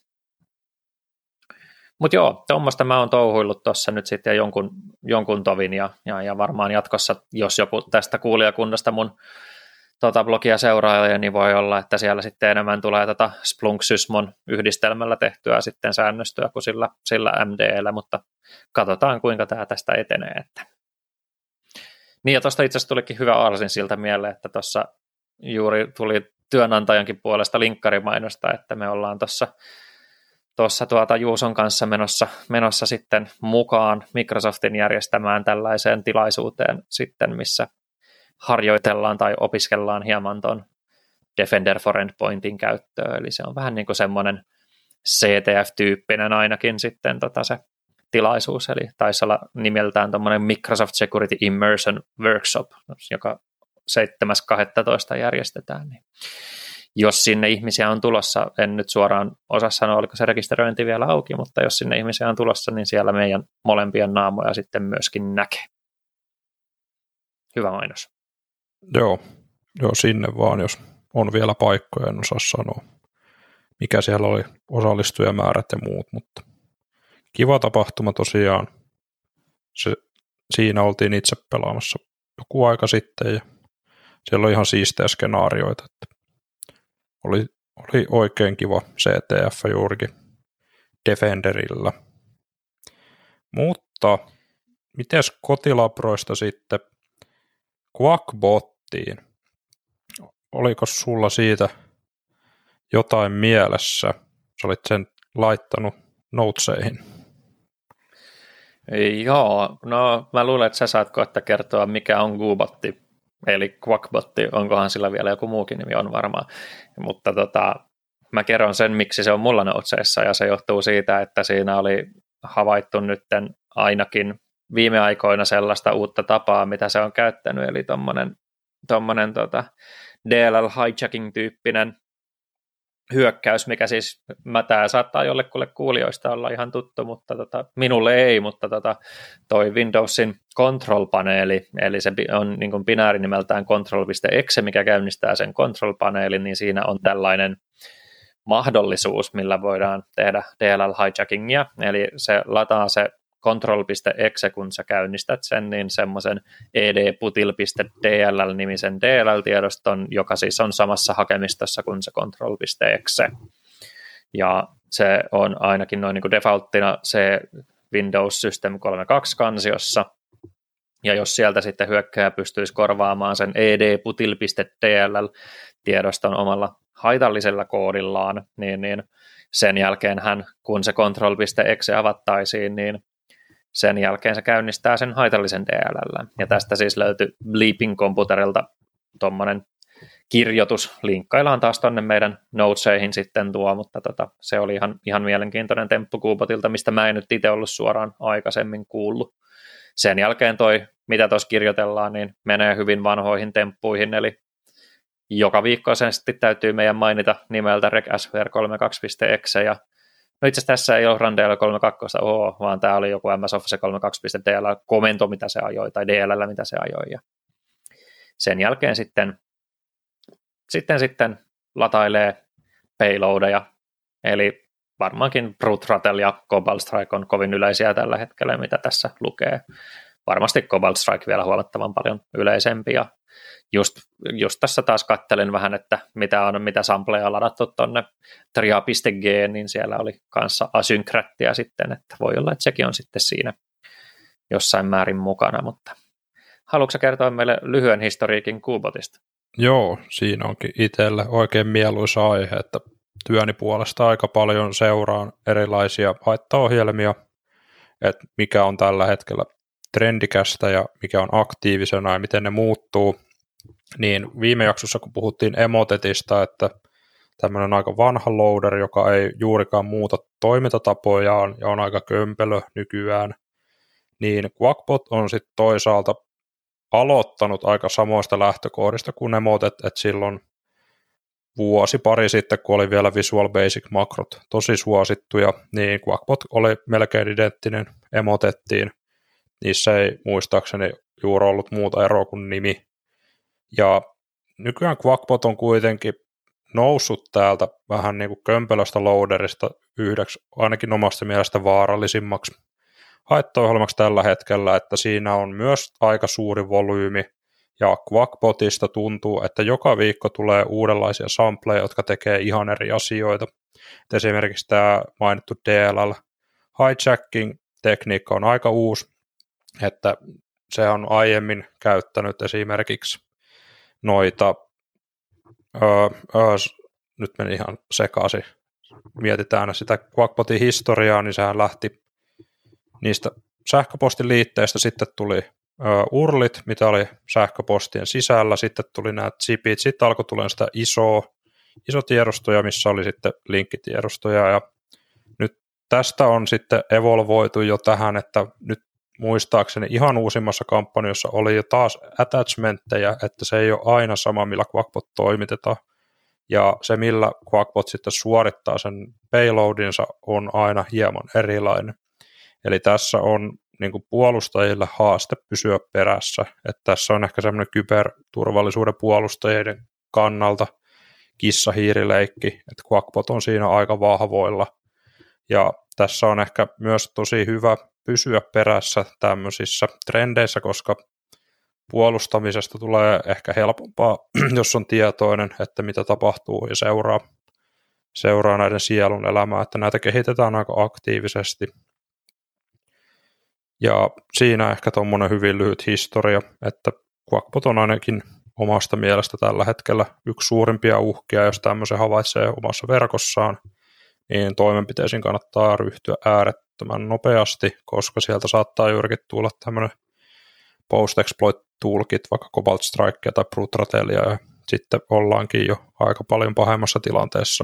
Mutta joo, tuommoista mä oon touhuillut tuossa nyt sitten jonkun, jonkun tovin ja, ja, ja varmaan jatkossa, jos joku tästä kuulijakunnasta mun tota blogia seurailee, niin voi olla, että siellä sitten enemmän tulee tätä Splunk-Sysmon yhdistelmällä tehtyä sitten säännöstöä kuin sillä, sillä M D:llä, mutta katsotaan kuinka tämä tästä etenee. Että. Niin ja tuosta itse asiassa tulikin hyvä aarsin siltä mieleen, että tuossa juuri tuli työnantajankin puolesta linkkarimainosta, että me ollaan tuossa tuossa tuota Juuson kanssa menossa, menossa sitten mukaan Microsoftin järjestämään tällaiseen tilaisuuteen sitten, missä harjoitellaan tai opiskellaan hieman tuon Defender for Endpointin käyttöä, eli se on vähän niin kuin semmoinen C T F-tyyppinen ainakin sitten tota se tilaisuus, eli taisi olla nimeltään tuommoinen Microsoft Security Immersion Workshop, joka seitsemäs kahdestoista järjestetään, niin jos sinne ihmisiä on tulossa, en nyt suoraan osaa sanoa, oliko se rekisteröinti vielä auki, mutta jos sinne ihmisiä on tulossa, niin siellä meidän molempien naamoja sitten myöskin näkee. Hyvä mainos. Joo, joo sinne vaan, jos on vielä paikkoja, en osaa sanoa, mikä siellä oli osallistujamäärät ja muut, mutta kiva tapahtuma tosiaan. Se, siinä oltiin itse pelaamassa joku aika sitten ja siellä oli ihan siistejä skenaarioita, että oli, oli oikein kiva C T F juurikin Defenderillä. Mutta mites kotilabroista sitten Quackbottiin? Oliko sulla siitä jotain mielessä? Sä olit sen laittanut noteseihin. Joo, no mä luulen, että sä saat kohta kertoa, mikä on Goobotti, eli Quackbotti, onkohan sillä vielä joku muukin nimi, on varmaan, mutta tota, mä kerron sen, miksi se on mulla noteseissa, ja se johtuu siitä, että siinä oli havaittu nytten ainakin viime aikoina sellaista uutta tapaa, mitä se on käyttänyt, eli tommonen, tommonen tota D L L hijacking-tyyppinen hyökkäys, mikä siis, mä tää saattaa jollekulle kuulijoista olla ihan tuttu, mutta tota, minulle ei, mutta tota, toi Windowsin control-paneeli, eli se on niin kuin binäärinimeltään control.exe, mikä käynnistää sen control-paneelin, niin siinä on tällainen mahdollisuus, millä voidaan tehdä D L L-hijackingia, eli se lataa se control.exe, kun sä käynnistät sen, niin semmoisen edputil.dll-nimisen D L L-tiedoston, joka siis on samassa hakemistossa kuin se control.exe. Ja se on ainakin noin niin kuin defaulttina se Windows System kolmekymmentäkaksi-kansiossa, ja jos sieltä sitten hyökkääjä pystyisi korvaamaan sen edputil.dll-tiedoston omalla haitallisella koodillaan, niin, niin sen jälkeen hän, kun se control.exe avattaisiin, niin sen jälkeen se käynnistää sen haitallisen D L L. Ja tästä siis löytyi Bleeping Computerilta tuommoinen kirjoitus. Linkkaillaan taas tuonne meidän noteseihin sitten tuo, mutta tota, se oli ihan, ihan mielenkiintoinen temppu Goobotilta, mistä mä en nyt itse ollut suoraan aikaisemmin kuullut. Sen jälkeen toi, mitä tuossa kirjoitellaan, niin menee hyvin vanhoihin temppuihin, eli joka viikko sen sitten täytyy meidän mainita nimeltä regsvr kolmekymmentäkaksi.exe, ja no itse asiassa tässä ei ole R A N D L kolmekymmentäkaksi, oo, vaan tämä oli joku M S Office kolmekymmentäkaksi.dl-komento, mitä se ajoi, tai D L L, mitä se ajoi, ja sen jälkeen sitten, sitten, sitten latailee payloadeja, eli varmaankin Brute Rattle ja Cobalt Strike on kovin yleisiä tällä hetkellä, mitä tässä lukee. Varmasti Cobalt Strike vielä huomattavan paljon yleisempi, ja just, just tässä taas kattelin vähän, että mitä on, mitä sampleja on ladattu tuonne tria.g, niin siellä oli kanssa asynkrättiä sitten, että voi olla, että sekin on sitten siinä jossain määrin mukana, mutta haluatko kertoa meille lyhyen historiikin Goobotista? Joo, siinä onkin itselle oikein mieluisa aihe, että työni puolesta aika paljon seuraan erilaisia haittaohjelmia, että mikä on tällä hetkellä trendikästä ja mikä on aktiivisena ja miten ne muuttuu, niin viime jaksossa kun puhuttiin Emotetista, että tämmöinen aika vanha loader, joka ei juurikaan muuta toimintatapojaan ja on aika kömpelö nykyään, niin Quackbot on sitten toisaalta aloittanut aika samoista lähtökohdista kuin Emotet, että silloin vuosi pari sitten, kun oli vielä Visual Basic makrot tosi suosittuja, niin Quackbot oli melkein identtinen Emotettiin. Niissä ei muistaakseni juuri ollut muuta eroa kuin nimi. Ja nykyään Quackbot on kuitenkin noussut täältä vähän niin kuin kömpelöstä loaderista yhdeksi ainakin omasta mielestä vaarallisimmaksi haittaohjelmaksi tällä hetkellä, että siinä on myös aika suuri volyymi, ja Quackbotista tuntuu, että joka viikko tulee uudenlaisia sampleja, jotka tekee ihan eri asioita. Et esimerkiksi tämä mainittu D L L hijacking-tekniikka on aika uusi, että se on aiemmin käyttänyt esimerkiksi noita, öö, öö, nyt meni ihan sekaisin, mietitään sitä Quackbotin historiaa, niin sehän lähti niistä sähköpostiliitteistä, sitten tuli öö, urlit, mitä oli sähköpostien sisällä, sitten tuli nämä zipit, sitten alkoi tulla sitä isoa, isotiedostoja, missä oli sitten linkkitiedostoja, ja nyt tästä on sitten evolvoitu jo tähän, että nyt muistaakseni ihan uusimmassa kampanjassa oli jo taas attachmentteja, että se ei ole aina sama, millä Quackbot toimitetaan. ja se, millä Quackbot sitten suorittaa sen payloadinsa, on aina hieman erilainen. Eli tässä on niin kuin puolustajille haaste pysyä perässä, että tässä on ehkä semmoinen kyberturvallisuuden puolustajien kannalta kissa-hiirileikki, että Quackbot on siinä aika vahvoilla, ja tässä on ehkä myös tosi hyvä pysyä perässä tämmöisissä trendeissä, koska puolustamisesta tulee ehkä helpompaa, jos on tietoinen, että mitä tapahtuu ja seuraa, seuraa näiden sielun elämää, että näitä kehitetään aika aktiivisesti. Ja siinä ehkä tuommoinen hyvin lyhyt historia, että Quackbot on ainakin omasta mielestä tällä hetkellä yksi suurimpia uhkia, jos tämmöisen havaitsee omassa verkossaan, niin toimenpiteisiin kannattaa ryhtyä äärettömän nopeasti, koska sieltä saattaa juurikin tulla tämmöinen post-exploit toolkit, vaikka Cobalt Strikea tai Brutratelia, ja sitten ollaankin jo aika paljon pahemmassa tilanteessa.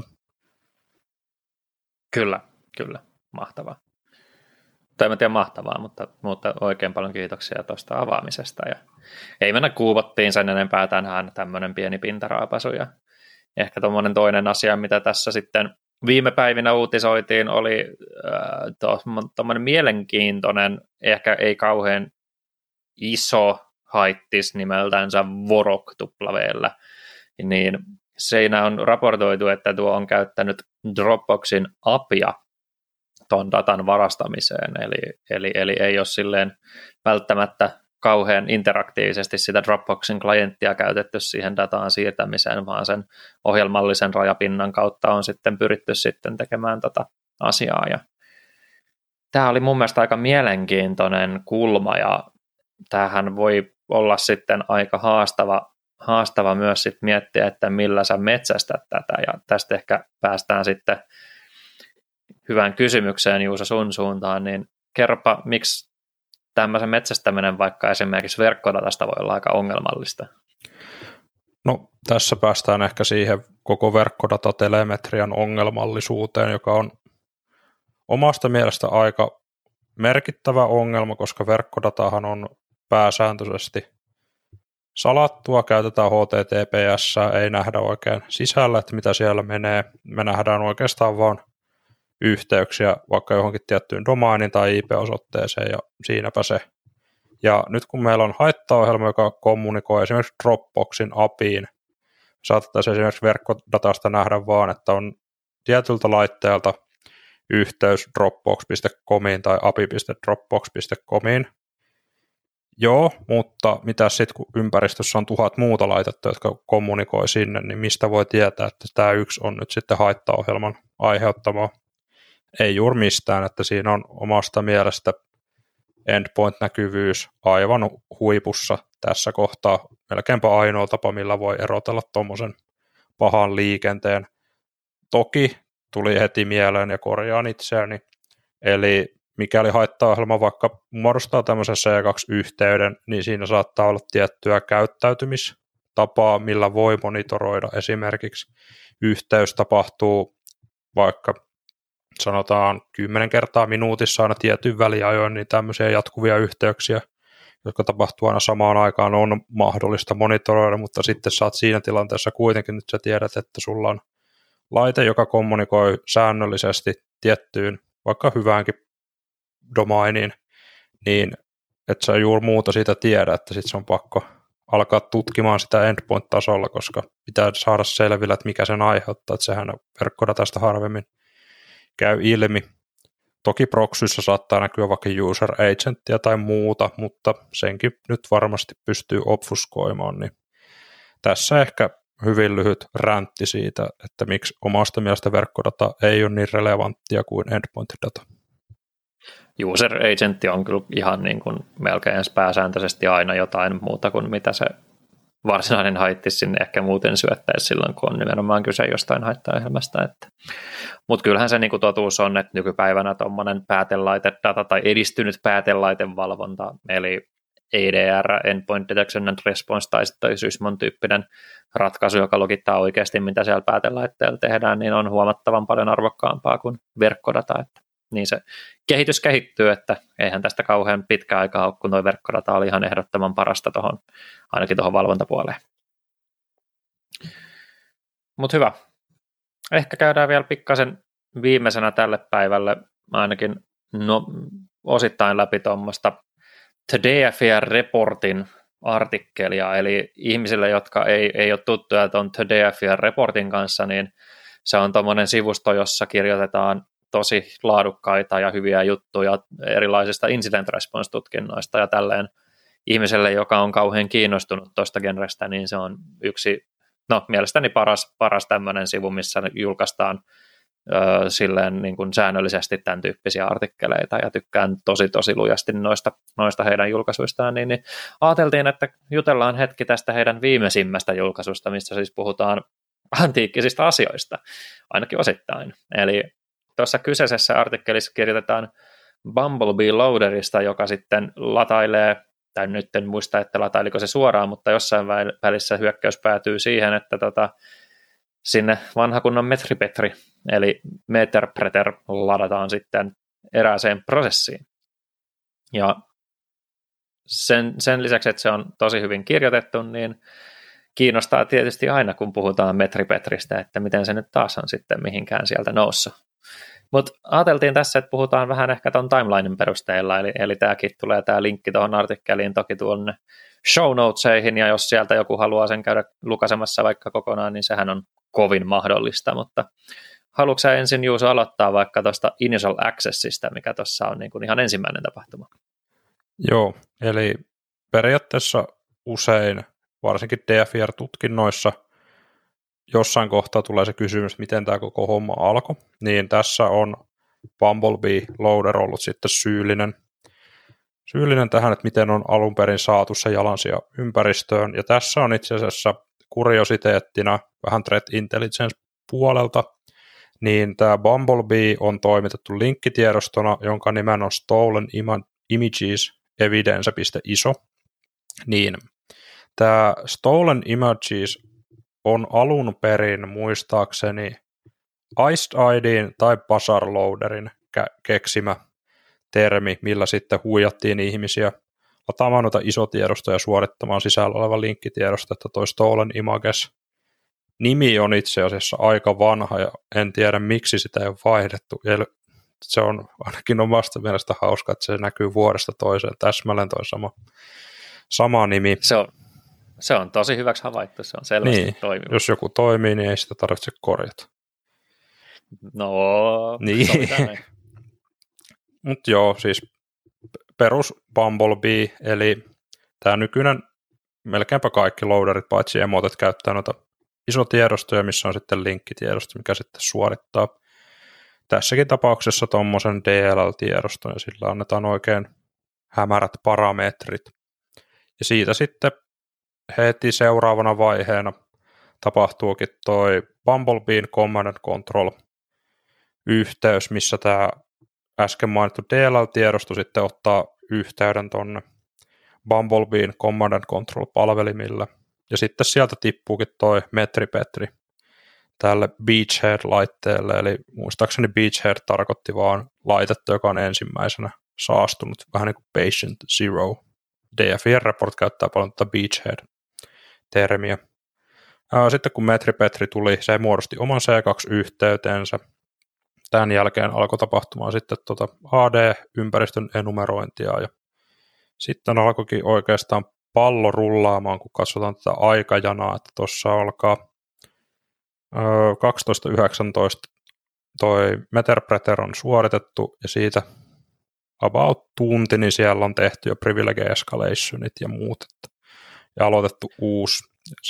Kyllä, kyllä, mahtavaa. Tai en tiedä mahtavaa, mutta, mutta oikein paljon kiitoksia tuosta avaamisesta. Ja ei mennä kuuvottiin sen enempää, tänään tämmöinen pieni pintaraapasu. Ja ehkä tuommoinen toinen asia, mitä tässä sitten viime päivinä uutisoitiin, oli äh, tuommoinen mielenkiintoinen, ehkä ei kauhean iso haittis nimeltänsä Vorok tuplaveellä. Niin siinä on raportoitu, että tuo on käyttänyt Dropboxin apia tuon datan varastamiseen, eli, eli, eli ei ole silleen välttämättä kauhean interaktiivisesti sitä Dropboxin klienttia käytetty siihen dataan siirtämiseen, vaan sen ohjelmallisen rajapinnan kautta on sitten pyritty sitten tekemään tota asiaa. Ja tämä oli mun mielestä aika mielenkiintoinen kulma, ja tämähän voi olla sitten aika haastava, haastava myös sit miettiä, että millä sä metsästät tätä, ja tästä ehkä päästään sitten hyvään kysymykseen Juuso sun suuntaan, niin kerropa, miksi tämmöisen metsästäminen vaikka esimerkiksi verkkodatasta voi olla aika ongelmallista? No tässä päästään ehkä siihen koko verkkodatatelemetrian ongelmallisuuteen, joka on omasta mielestä aika merkittävä ongelma, koska verkkodatahan on pääsääntöisesti salattua, käytetään H T T P S, ei nähdä oikein sisällä, että mitä siellä menee, me nähdään oikeastaan vaan yhteyksiä vaikka johonkin tiettyyn domainin tai I P-osoitteeseen, ja siinäpä se. Ja nyt kun meillä on haittaohjelma, joka kommunikoi esimerkiksi Dropboxin apiin, saatettaisiin esimerkiksi verkkodatasta nähdä vaan, että on tietyltä laitteelta yhteys dropbox piste comiin tai api piste dropbox piste comiin. Joo, mutta mitä sitten kun ympäristössä on tuhat muuta laitetta, jotka kommunikoi sinne, niin mistä voi tietää, että tämä yksi on nyt sitten haittaohjelman aiheuttama? Ei juuri mistään, että siinä on omasta mielestä endpoint-näkyvyys aivan huipussa tässä kohtaa. Melkeinpä ainoa tapa, millä voi erotella tuommoisen pahan liikenteen. Toki tuli heti mieleen ja korjaan itseäni. Eli mikäli haittaohjelma vaikka muodostaa tämmöisen C kaksi-yhteyden, niin siinä saattaa olla tiettyä käyttäytymistapaa, millä voi monitoroida. Esimerkiksi yhteys tapahtuu vaikka sanotaan kymmenen kertaa minuutissa aina tietyn väliajoin, niin tämmöisiä jatkuvia yhteyksiä, jotka tapahtuu aina samaan aikaan, on mahdollista monitoroida, mutta sitten saat siinä tilanteessa kuitenkin, nyt sä tiedät, että sulla on laite, joka kommunikoi säännöllisesti tiettyyn, vaikka hyväänkin domainiin, niin et sä juuri muuta siitä tiedä, että sitten se on pakko alkaa tutkimaan sitä endpoint-tasolla, koska pitää saada selvillä, että mikä sen aiheuttaa, että sehän verkkodatasta harvemmin käy ilmi. Toki proxyssä saattaa näkyä vaikka user agenttia tai muuta, mutta senkin nyt varmasti pystyy obfuskoimaan. Niin tässä ehkä hyvin lyhyt räntti siitä, että miksi omasta mielestä verkkodata ei ole niin relevanttia kuin endpoint-data. User agentti on kyllä ihan niin kuin melkein pääsääntöisesti aina jotain muuta kuin mitä se varsinainen haitti sinne ehkä muuten syöttäisi silloin, kun on nimenomaan kyse jostain haittaohjelmasta. Mutta kyllähän se niinku totuus on, että nykypäivänä tuommoinen päätelaitedata tai edistynyt päätelaitevalvonta, eli E D R, Endpoint Detection and Response, tai sitten Sysmon tyyppinen ratkaisu, joka logittaa oikeasti, mitä siellä päätelaitteella tehdään, niin on huomattavan paljon arvokkaampaa kuin verkkodata. Että niin se kehitys kehittyy, että eihän tästä kauhean pitkä aikaa ole, kun tuo verkkodata oli ihan ehdottoman parasta tohon, ainakin tuohon valvontapuoleen. Mutta hyvä. Ehkä käydään vielä pikkasen viimeisenä tälle päivälle ainakin no, osittain läpi tuommoista T D F R Reportin artikkelia, eli ihmisille, jotka ei, ei ole tuttuja tuon T D F R Reportin kanssa, niin se on tuommoinen sivusto, jossa kirjoitetaan tosi laadukkaita ja hyviä juttuja erilaisista incident response-tutkinnoista ja tälleen ihmiselle, joka on kauhean kiinnostunut tuosta genrestä, niin se on yksi, no mielestäni paras, paras tämmöinen sivu, missä julkaistaan ö, silleen niin kuin säännöllisesti tämän tyyppisiä artikkeleita ja tykkään tosi tosi lujasti noista, noista heidän julkaisuistaan, niin, niin ajateltiin, että jutellaan hetki tästä heidän viimeisimmästä julkaisusta, missä siis puhutaan antiikkisista asioista, ainakin osittain. Eli tuossa kyseisessä artikkelissa kirjoitetaan Bumblebee Loaderista, joka sitten latailee, tai nyt en muista, että latailiko se suoraan, mutta jossain välissä hyökkäys päätyy siihen, että tota, sinne vanha kunnon metripetri, eli meterpreter ladataan sitten erääseen prosessiin. Ja sen, sen lisäksi, että se on tosi hyvin kirjoitettu, niin kiinnostaa tietysti aina, kun puhutaan metripetristä, että miten se nyt taas on sitten mihinkään sieltä noussut. Mutta ajateltiin tässä, että puhutaan vähän ehkä tuon timelinen perusteella, eli, eli tämäkin tulee tämä linkki tuohon artikkeliin toki tuonne show notesihin, ja jos sieltä joku haluaa sen käydä lukasemassa vaikka kokonaan, niin sehän on kovin mahdollista, mutta haluatko sä ensin Juuso aloittaa vaikka tuosta Initial Accessista, mikä tuossa on niin kuin ihan ensimmäinen tapahtuma? Joo, eli periaatteessa usein, varsinkin D F R-tutkinnoissa, jossain kohtaa tulee se kysymys, miten tämä koko homma alkoi, niin tässä on Bumblebee Loader ollut sitten syyllinen, syyllinen tähän, että miten on alun perin saatu se jalansija ympäristöön, ja tässä on itse asiassa kuriositeettina vähän threat intelligence puolelta, niin tämä Bumblebee on toimitettu linkkitiedostona, jonka nimen on Stolen Images Evidence piste I S O, niin tämä Stolen Images on alun perin muistaakseni Iced I D:n tai Bazaar Loaderin keksimä termi, millä sitten huijattiin ihmisiä lataamaan noita isotiedostoja ja suorittamaan sisällä oleva linkkitiedosto, että toi Stolen Images nimi on itse asiassa aika vanha ja en tiedä miksi sitä ei ole vaihdettu. Se on ainakin omasta mielestä hauska, että se näkyy vuodesta toiseen täsmälleen toi sama, sama nimi. Se on, se on tosi hyväksi havaittu, se on selvästi niin, toimiva. Jos joku toimii, niin ei sitä tarvitse korjata. No, niin. Mutta joo, siis perus Bumblebee, eli tämä nykyinen melkeinpä kaikki loaderit, paitsi emotet, käyttää noita isotiedostoja, missä on sitten linkkitiedosto, mikä sitten suorittaa tässäkin tapauksessa tuommoisen D L L-tiedoston, ja sillä annetaan oikein hämärät parametrit. Ja siitä sitten heti seuraavana vaiheena tapahtuukin toi Bumblebeen Command and Control-yhteys, missä tämä äsken mainittu D L L-tiedosto sitten ottaa yhteyden tuonne Bumblebeen Command and Control-palvelimille. Ja sitten sieltä tippuukin toi metripetri tälle Beachhead-laitteelle, eli muistaakseni Beachhead tarkoitti vaan laitetta, joka on ensimmäisenä saastunut, vähän niin kuin Patient Zero. D F R-report käyttää paljon tätä Beachhead-termiä. Sitten kun metripetri tuli, se muodosti oman C kaksi-yhteytensä. Tämän jälkeen alkoi tapahtumaan sitten tuota A D-ympäristön enumerointia, ja sitten alkoikin oikeastaan pallo rullaamaan, kun katsotaan tätä aikajanaa, että tuossa alkaa kaksitoista yhdeksäntoista toi Meterpreter on suoritettu, ja siitä about tunti, niin siellä on tehty jo privilege escalationit ja muut, että, ja aloitettu uusi.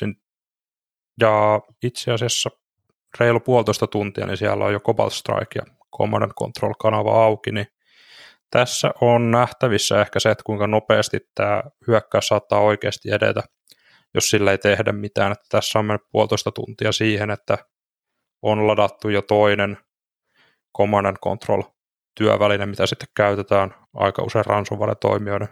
Ja itse asiassa reilu puolitoista tuntia, niin siellä on jo Cobalt Strike ja Command and Control-kanava auki, niin tässä on nähtävissä ehkä se, että kuinka nopeasti tämä hyökkäys saattaa oikeasti edetä, jos sillä ei tehdä mitään. Että tässä on mennyt puolitoista tuntia siihen, että on ladattu jo toinen Command and Control-työväline, mitä sitten käytetään aika usein ransomware-toimijoiden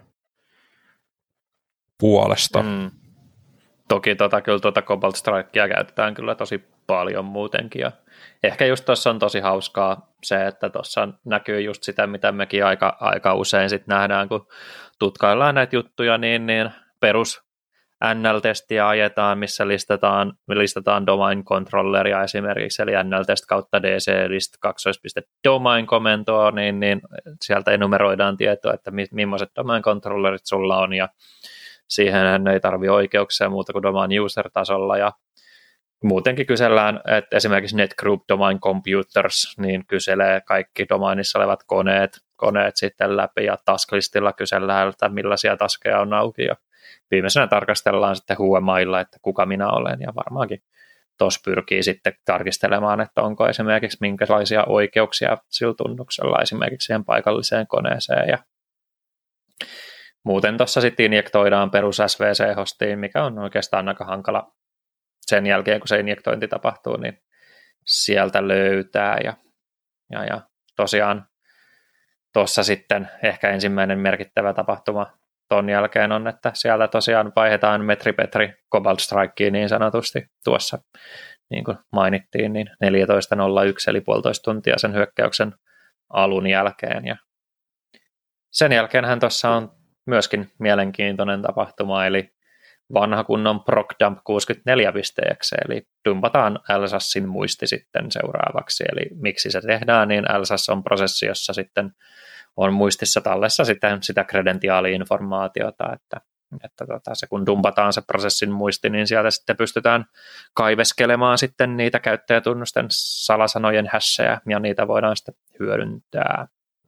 puolesta. Mm. Toki tota, kyllä tuota Cobalt Strikea käytetään kyllä tosi paljon muutenkin, ja ehkä just tuossa on tosi hauskaa se, että tuossa näkyy just sitä, mitä mekin aika, aika usein sitten nähdään, kun tutkaillaan näitä juttuja, niin, niin perus N L-testiä ajetaan, missä listataan, listataan domain controlleria esimerkiksi, eli N L-test kautta D C list kaksoispiste domain komentoa, niin, niin sieltä enumeroidaan tietoa, että mi- millaiset domain controllerit sulla on, ja siihen ei tarvitse oikeuksia muuta kuin domain user-tasolla, ja muutenkin kysellään, että esimerkiksi NetGroup Domain Computers niin kyselee kaikki domainissa olevat koneet, koneet sitten läpi, ja tasklistilla kysellään, että millaisia taskeja on auki, ja viimeisenä tarkastellaan sitten H M I:lla, että kuka minä olen, ja varmaankin tuossa pyrkii sitten tarkistelemaan, että onko esimerkiksi minkälaisia oikeuksia sillä tunnuksella esimerkiksi siihen paikalliseen koneeseen, ja muuten tuossa sitten injektoidaan perus S V C-hostiin, mikä on oikeastaan aika hankala sen jälkeen, kun se injektointi tapahtuu, niin sieltä löytää, ja, ja, ja tosiaan tuossa sitten ehkä ensimmäinen merkittävä tapahtuma ton jälkeen on, että siellä tosiaan vaihdetaan MetriPetri Cobalt Strikeen niin sanotusti tuossa, niin kuin mainittiin, niin neljätoista nolla yksi eli puolitoista tuntia sen hyökkäyksen alun jälkeen, ja sen jälkeenhän tuossa on myöskin mielenkiintoinen tapahtuma, eli vanha kunnon procdump kuusikymmentäneljä piste E X E, eli dumpataan Elsassin muisti sitten seuraavaksi, eli miksi se tehdään, niin Elsas on prosessi, jossa sitten on muistissa tallessa sitten sitä kredentiaali-informaatiota, että, että tota, se kun dumpataan se prosessin muisti, niin sieltä sitten pystytään kaiveskelemaan sitten niitä käyttäjätunnusten salasanojen hashejä, ja niitä voidaan sitten hyödyntää.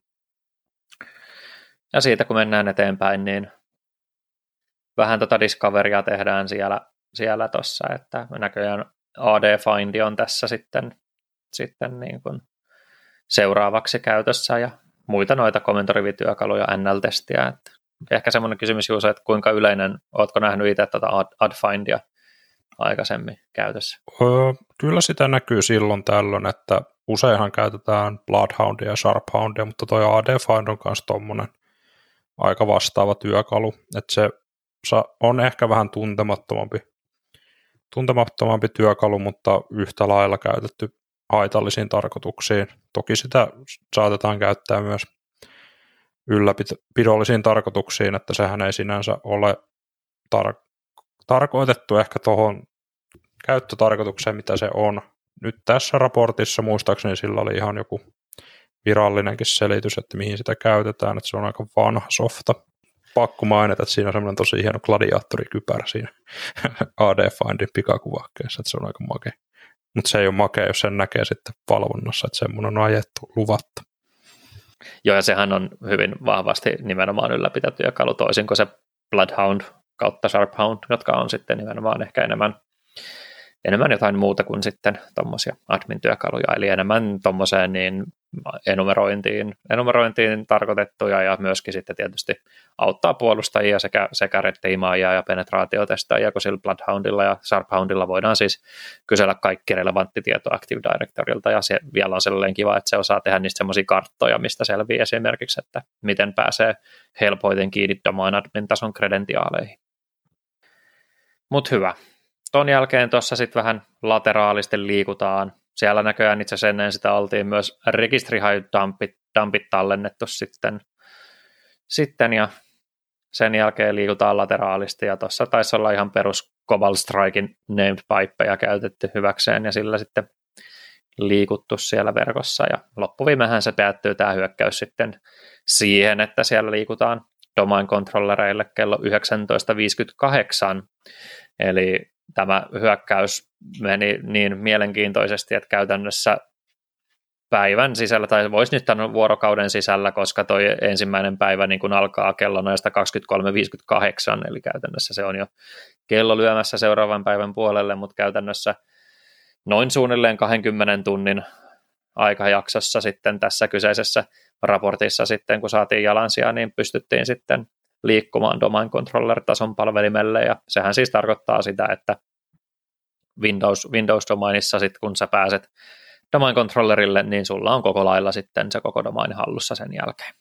Ja siitä kun mennään eteenpäin, niin vähän tota discoveria tehdään siellä, siellä tossa, että näköjään A D-Find on tässä sitten, sitten niin kuin seuraavaksi käytössä, ja muita noita komentorivityökaluja N L-testiä. Että ehkä semmoinen kysymys, Juuso, että kuinka yleinen, ootko nähnyt itse tuota AdFindia aikaisemmin käytössä? Öö, kyllä sitä näkyy silloin tällöin, että useinhan käytetään Bloodhoundia ja Sharphoundia, mutta toi A D-Find on myös tommonen aika vastaava työkalu, että se on ehkä vähän tuntemattomampi, tuntemattomampi työkalu, mutta yhtä lailla käytetty haitallisiin tarkoituksiin. Toki sitä saatetaan käyttää myös ylläpidollisiin tarkoituksiin, että sehän ei sinänsä ole tar- tarkoitettu ehkä tuohon käyttötarkoitukseen, mitä se on. Nyt tässä raportissa muistaakseni sillä oli ihan joku virallinenkin selitys, että mihin sitä käytetään, että se on aika vanha softa. Pakko mainita, että siinä on semmoinen tosi hieno gladiaattorikypärä siinä A D-Findin pikakuvakkeessa, että se on aika makea. Mutta se ei ole makea, jos sen näkee sitten valvonnassa, että semmoinen on ajettu luvatta. Joo, ja sehän on hyvin vahvasti nimenomaan ylläpitätyökalu, toisin kuin se Bloodhound kautta Sharphound, jotka on sitten nimenomaan ehkä enemmän, enemmän jotain muuta kuin sitten tuommoisia admin-työkaluja, eli enemmän tuommoiseen niin enumerointiin, enumerointiin tarkoitettuja, ja myöskin sitten tietysti auttaa puolustajia sekä, sekä red-teamaajia ja penetraatiotestaajia, kun sillä Bloodhoundilla ja Sharphoundilla voidaan siis kysellä kaikki relevantti tieto Active Directorylta, ja se vielä on sellainen kiva, että se osaa tehdä niistä semmoisia karttoja, mistä selvii esimerkiksi, että miten pääsee helpoiten kiinni domain admin tason kredentiaaleihin. Mutta hyvä. Ton jälkeen tuossa sitten vähän lateraalisti liikutaan. Siellä näköjään itse asiassa ennen sitä oltiin myös registry-dumpit dumpit tallennettu sitten, sitten, ja sen jälkeen liikutaan lateraalisti, ja tuossa taisi olla ihan perus Cobalt Strikein named pipeja käytetty hyväkseen, ja sillä sitten liikuttu siellä verkossa, ja loppuviimehän se päättyy tämä hyökkäys sitten siihen, että siellä liikutaan domain controllereille kello yhdeksäntoista viisikymmentäkahdeksan, eli tämä hyökkäys meni niin mielenkiintoisesti, että käytännössä päivän sisällä, tai voisi nyt tämän vuorokauden sisällä, koska toi ensimmäinen päivä niin kun alkaa kello noista kaksikymmentäkolme viisikymmentäkahdeksan, eli käytännössä se on jo kello lyömässä seuraavan päivän puolelle, mutta käytännössä noin suunnilleen kahdenkymmenen tunnin aikajaksossa sitten tässä kyseisessä raportissa sitten, kun saatiin jalansijaa, niin pystyttiin sitten liikkumaan domain controller-tason palvelimelle, ja sehän siis tarkoittaa sitä, että Windows, Windows-domainissa sitten, kun sä pääset domain controllerille, niin sulla on koko lailla sitten se koko domain hallussa sen jälkeen.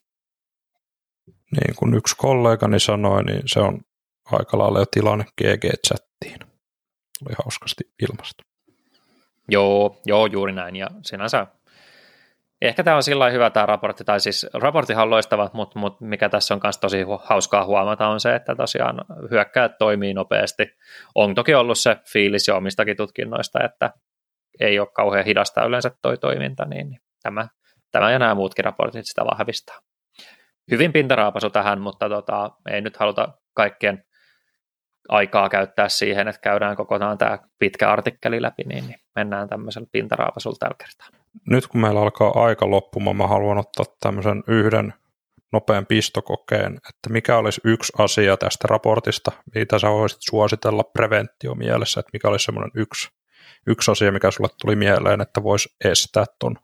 Niin kuin yksi kollegani sanoi, niin se on aika lailla jo tilanne G G-chattiin. Oli hauskasti ilmastu. Joo, joo, juuri näin, ja sinänsä ehkä tämä on sillä hyvä tämä raportti, tai siis raporttihan on loistava, mutta, mutta mikä tässä on myös tosi hauskaa huomata on se, että tosiaan hyökkäät toimii nopeasti. On toki ollut se fiilis jo omistakin tutkinnoista, että ei ole kauhean hidasta yleensä toi toiminta, niin tämä, tämä ja nämä muutkin raportit sitä vahvistaa. Hyvin pintaraapasu tähän, mutta tota, ei nyt haluta kaikkien aikaa käyttää siihen, että käydään kokonaan tämä pitkä artikkeli läpi, niin, niin mennään tämmöisellä pintaraapasulla tällä kertaa. Nyt kun meillä alkaa aika loppumaan, mä haluan ottaa tämmöisen yhden nopean pistokokeen, että mikä olisi yksi asia tästä raportista, mitä sä voisit suositella preventio mielessä, että mikä olisi semmoinen yksi, yksi asia, mikä sulle tuli mieleen, että voisi estää ton?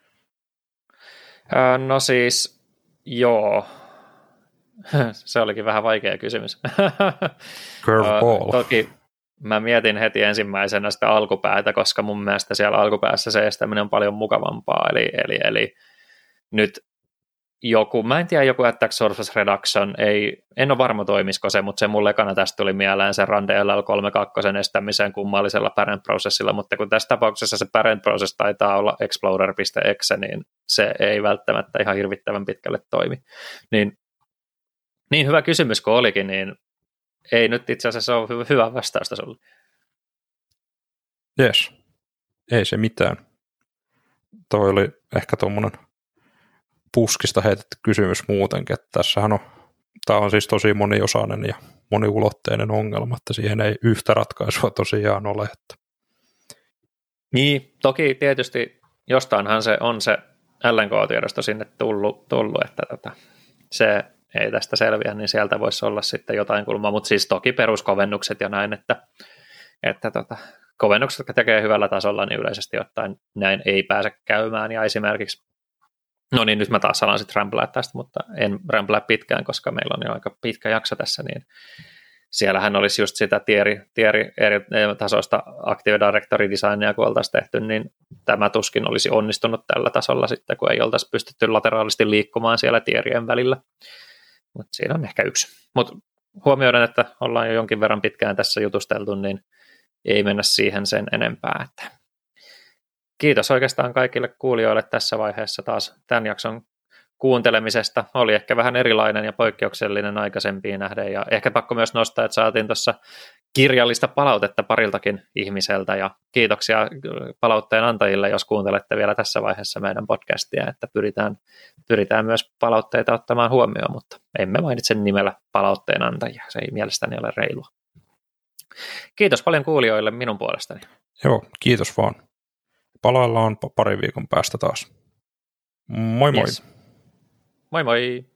Öö, no siis, joo. Se olikin vähän vaikea kysymys. Curveball. Toki mä mietin heti ensimmäisenä sitä alkupäätä, koska mun mielestä siellä alkupäässä se estäminen on paljon mukavampaa. Eli, eli, eli nyt joku, mä en tiedä, joku attack surface reduction, ei, en ole varma toimisiko se, mutta se mulle ekana tästä tuli mieleen se Rande L L kolmekymmentäkaksi estämiseen kummallisella parent processilla, mutta kun tässä tapauksessa se parent process taitaa olla explorer.exe, niin se ei välttämättä ihan hirvittävän pitkälle toimi. Niin Niin hyvä kysymys kuin olikin, niin ei nyt itse asiassa ole hyvä vastausta sulle. Jes, ei se mitään. Toi oli ehkä tuommoinen puskista heitetty kysymys muutenkin, että tässähän on, tämä on siis tosi moniosainen ja moniulotteinen ongelma, että siihen ei yhtä ratkaisua tosiaan ole. Että. Niin, toki tietysti jostainhan se on se L N K-tiedosto sinne tullut, tullut että tota, se ei tästä selviä, niin sieltä voisi olla sitten jotain kulmaa, mutta siis toki peruskovennukset ja näin, että, että tota, kovennukset, jotka tekee hyvällä tasolla, niin yleisesti ottaen näin ei pääse käymään, ja esimerkiksi, no niin, nyt mä taas alan sitten rämplää tästä, mutta en rämplää pitkään, koska meillä on jo aika pitkä jakso tässä, niin siellähän olisi just sitä tieri, tieri eri tasoista Active Directory designia, kun oltaisiin tehty, niin tämä tuskin olisi onnistunut tällä tasolla sitten, kun ei oltaisi pystytty lateraalisti liikkumaan siellä tierien välillä. Mutta siinä on ehkä yksi. Mutta huomioiden, että ollaan jo jonkin verran pitkään tässä jutusteltu, niin ei mennä siihen sen enempää. Että kiitos oikeastaan kaikille kuulijoille tässä vaiheessa taas tämän jakson kuuntelemisesta. Oli ehkä vähän erilainen ja poikkeuksellinen aikaisempiin nähden, ja ehkä pakko myös nostaa, että saatiin tuossa kirjallista palautetta pariltakin ihmiseltä, ja kiitoksia palautteen antajille, jos kuuntelette vielä tässä vaiheessa meidän podcastia, että pyritään, pyritään myös palautteita ottamaan huomioon, mutta emme mainitse nimellä palautteen antajia, se ei mielestäni ole reilua. Kiitos paljon kuulijoille minun puolestani. Joo, kiitos vaan. Palaillaan parin viikon päästä taas. Moi moi! Yes. Moi moi!